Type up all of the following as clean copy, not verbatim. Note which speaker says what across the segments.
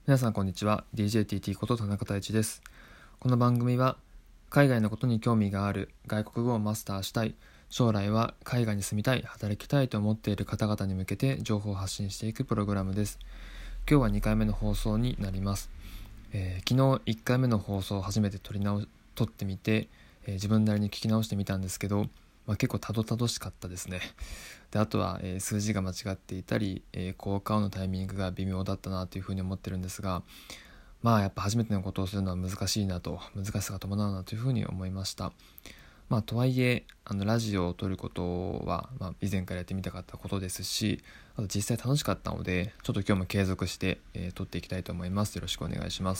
Speaker 1: 皆さんこんにちは。 DJTT こと田中太一です。この番組は海外のことに興味がある、外国語をマスターしたい、将来は海外に住みたい、働きたいと思っている方々に向けて情報を発信していくプログラムです。今日は2回目の放送になります。昨日1回目の放送を初めて撮ってみて、自分なりに聞き直してみたんですけど、結構たどたどしかったですね。であとは、数字が間違っていたり、効果音のタイミングが微妙だったなというふうに思ってるんですが、やっぱ初めてのことをするのは難しいなと、難しさが伴うなというふうに思いました。とはいえラジオを撮ることは、以前からやってみたかったことですし、あと実際楽しかったので、ちょっと今日も継続して、撮っていきたいと思います。よろしくお願いします。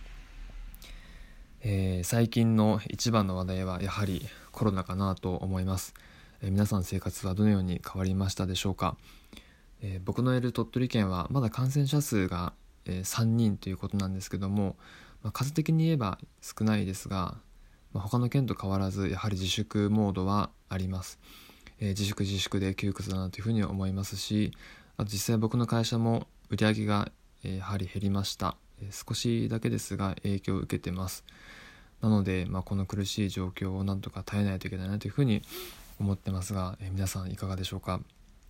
Speaker 1: 最近の一番の話題はやはりコロナかなと思います。皆さん生活はどのように変わりましたでしょうか。僕のいる鳥取県はまだ感染者数が、3人ということなんですけども、数的に言えば少ないですが、他の県と変わらずやはり自粛モードはあります。自粛で窮屈だなというふうに思いますし、あと実際僕の会社も売り上げが、やはり減りました。少しだけですが影響を受けてます。なので、この苦しい状況をなんとか耐えないといけないなというふうに思ってますが、皆さんいかがでしょうか。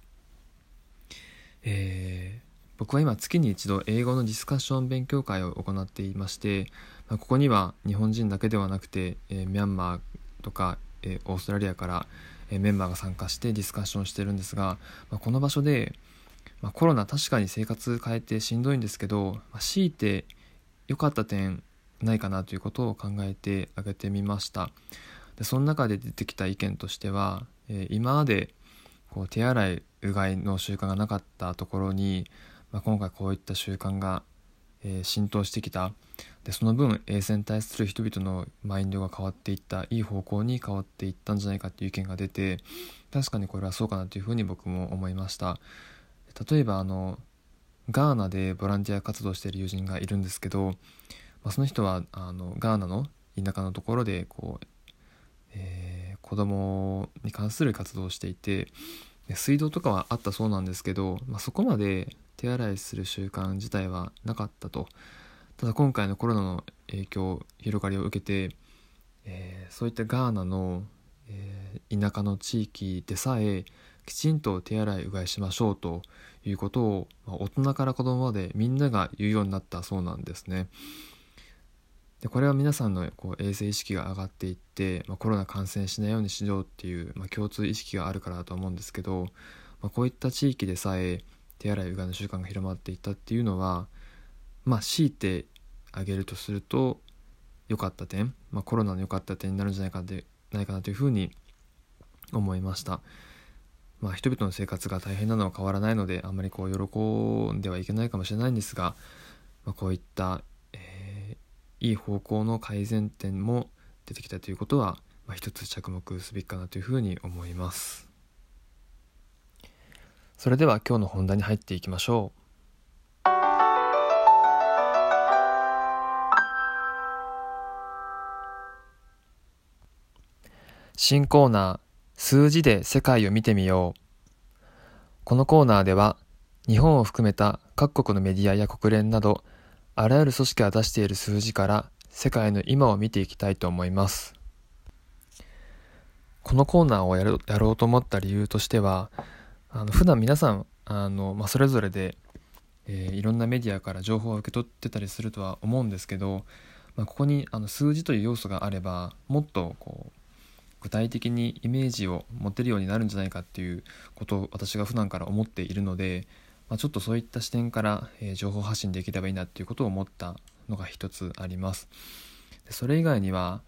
Speaker 1: 僕は今月に一度英語のディスカッション勉強会を行っていまして、ここには日本人だけではなくて、ミャンマーとか、オーストラリアから、メンバーが参加してディスカッションしてるんですが、この場所で、コロナ確かに生活変えてしんどいんですけど、強いて良かった点ないかなということを考えて挙げてみました。でその中で出てきた意見としては、今まで手洗いうがいの習慣がなかったところに、今回こういった習慣が、浸透してきた。でその分衛生に対する人々のマインドが変わっていった、いい方向に変わっていったんじゃないかっていう意見が出て、確かにこれはそうかなというふうに僕も思いました。例えばガーナでボランティア活動している友人がいるんですけど、その人はガーナの田舎のところで子供に関する活動をしていて、水道とかはあったそうなんですけど、そこまで手洗いする習慣自体はなかったと。ただ今回のコロナの広がりを受けて、そういったガーナの、田舎の地域でさえきちんと手洗いうがいしましょうということを、大人から子供までみんなが言うようになったそうなんですね。でこれは皆さんの衛生意識が上がっていって、コロナ感染しないようにしようっていう、共通意識があるからだと思うんですけど、こういった地域でさえ手洗いうがいの習慣が広まっていったっていうのは、強いてあげるとすると良かった点、コロナの良かった点になるんじゃないかなというふうに思いました。人々の生活が大変なのは変わらないので、あんまり喜んではいけないかもしれないんですが、こういったいい方向の改善点も出てきたということは、一つ着目すべきかなというふうに思います。それでは今日の本題に入っていきましょう。新コーナー、数字で世界を見てみよう。このコーナーでは日本を含めた各国のメディアや国連など、あらゆる組織が出している数字から世界の今を見ていきたいと思います。このコーナーをやろうと思った理由としては、普段皆さんそれぞれで、いろんなメディアから情報を受け取ってたりするとは思うんですけど、ここに数字という要素があれば、もっと具体的にイメージを持てるようになるんじゃないかっていうことを私が普段から思っているので、ちょっとそういった視点から、情報発信できればいいなっていうことを思ったのが一つあります。でそれ以外には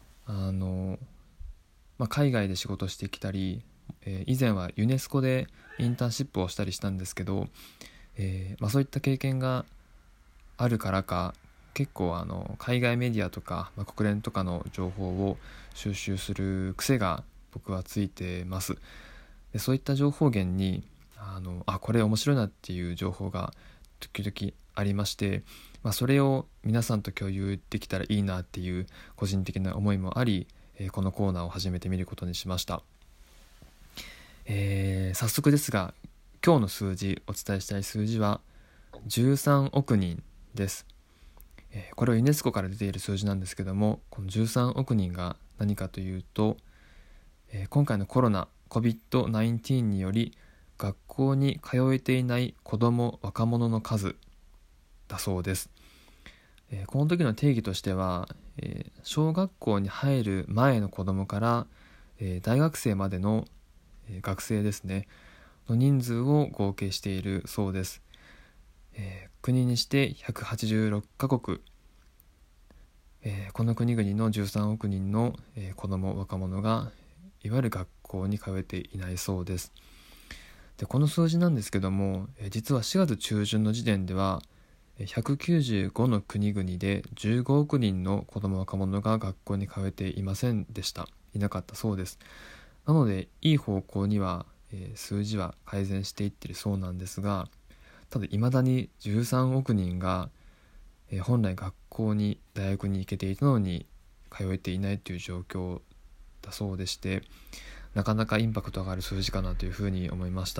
Speaker 1: 海外で仕事してきたり、以前はユネスコでインターンシップをしたりしたんですけど、そういった経験があるからか、結構海外メディアとか、国連とかの情報を収集する癖が僕はついてます。でそういった情報源にこれ面白いなっていう情報が時々ありまして、それを皆さんと共有できたらいいなっていう個人的な思いもあり、このコーナーを始めてみることにしました。早速ですが、今日の数字、お伝えしたい数字は13億人です。これはユネスコから出ている数字なんですけども、この13億人が何かというと、今回のコロナ COVID-19 により学校に通えていない子ども若者の数だそうです。この時の定義としては、小学校に入る前の子どもから、大学生までの、学生ですねの人数を合計しているそうです。国にして186カ国、この国々の13億人の、子ども若者がいわゆる学校に通えていないそうです。でこの数字なんですけども、実は4月中旬の時点では195の国々で15億人の子ども若者が学校に通えていなかったそうです。なのでいい方向には、数字は改善していっているそうなんですが、ただいまだに13億人が、本来学校に大学に行けていたのに通えていないという状況だそうでして、なかなかインパクトがある数字かなというふうに思いました。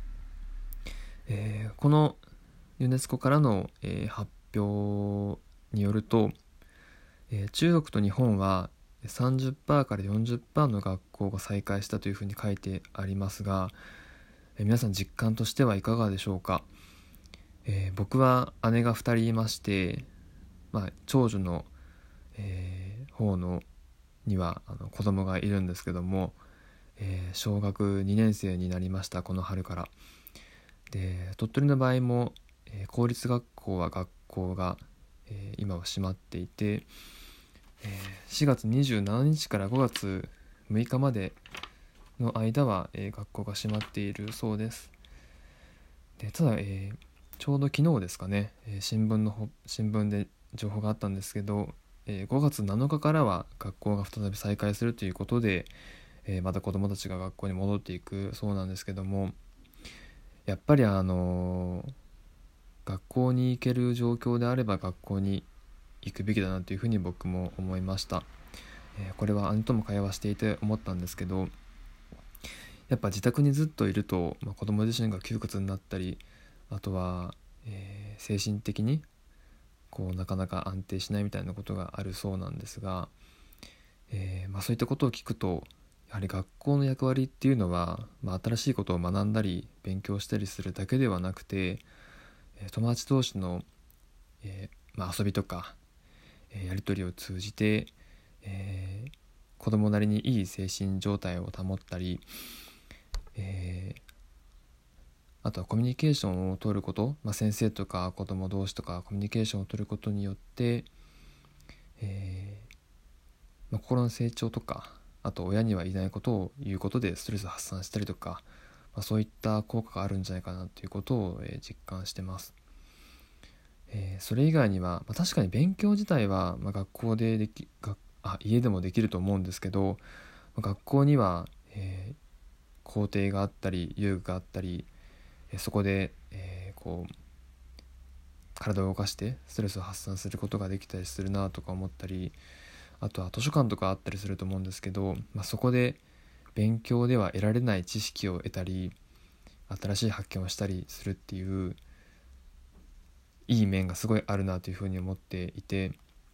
Speaker 1: このユネスコからの、発表によると、中国と日本は30% から 40% の学校が再開したというふうに書いてありますが、皆さん実感としてはいかがでしょうか。僕は姉が2人いまして、長女の、方のには子供がいるんですけども、小学2年生になりました。この春から。で鳥取の場合も、公立学校は学校が、今は閉まっていて、4月27日から5月6日までの間は、学校が閉まっているそうです。でただ、ちょうど昨日ですかね、新聞で情報があったんですけど、5月7日からは学校が再び再開するということで、また子どもたちが学校に戻っていくそうなんですけども、やっぱり学校に行ける状況であれば学校に行くべきだなというふうに僕も思いました。これは姉とも会話していて思ったんですけど、やっぱ自宅にずっといると、子供自身が窮屈になったり、あとは、精神的になかなか安定しないみたいなことがあるそうなんですが、そういったことを聞くと、やはり学校の役割っていうのは、新しいことを学んだり勉強したりするだけではなくて、友達同士の、遊びとか、やり取りを通じて、子供なりにいい精神状態を保ったり、あとはコミュニケーションを取ること、先生とか子供同士とかコミュニケーションを取ることによって、心の成長とか、あと親には言えないことを言うことでストレスを発散したりとか、そういった効果があるんじゃないかなということを、実感してます。それ以外には、確かに勉強自体は、学校で家でもできると思うんですけど、学校には、校庭があったり遊具があったり、そこで、体を動かしてストレスを発散することができたりするなとか思ったり、あとは図書館とかあったりすると思うんですけど、そこで勉強では得られない知識を得たり、新しい発見をしたりするっていういい面がすごいあるなというふうに思っていて、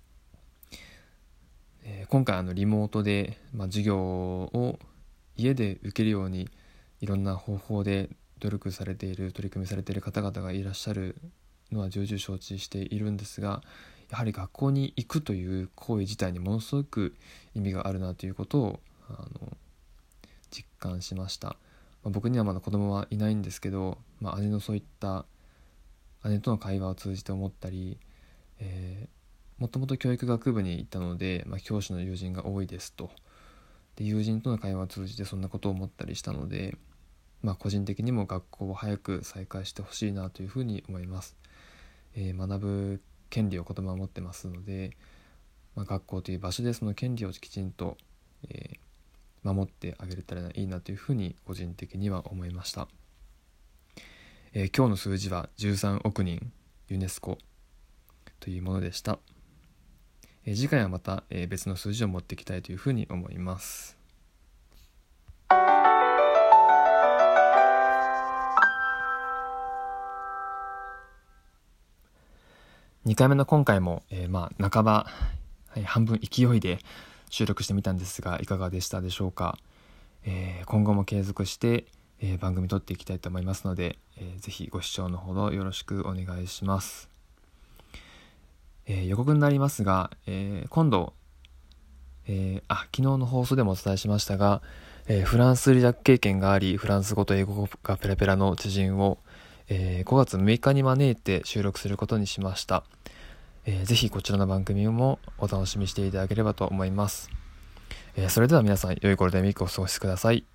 Speaker 1: 今回リモートで、授業を家で受けるようにいろんな方法で取り組みされている方々がいらっしゃるのは重々承知しているんですが、やはり学校に行くという行為自体にものすごく意味があるなということを実感しました。僕にはまだ子供はいないんですけど、姉のそういった姉との会話を通じて思ったり、もともと教育学部にいたので、教師の友人が多いですと。で友人との会話を通じてそんなことを思ったりしたので、個人的にも学校を早く再開してほしいなというふうに思います。学ぶ権利を子供は持ってますので、学校という場所でその権利をきちんと、守ってあげれたらいいなというふうに個人的には思いました。今日の数字は13億人ユネスコというものでした。次回はまた、別の数字を持っていきたいというふうに思います。 2回目の今回も、半ば、半分勢いで収録してみたんですが、いかがでしたでしょうか。今後も継続して、番組撮っていきたいと思いますので、ぜひご視聴のほどよろしくお願いします。予告になりますが、今度、昨日の放送でもお伝えしましたが、フランス留学経験があり、フランス語と英語がペラペラの知人を、5月6日に招いて収録することにしました。ぜひこちらの番組もお楽しみしていただければと思います。それでは皆さん、良いゴールデンウィークをお過ごしください。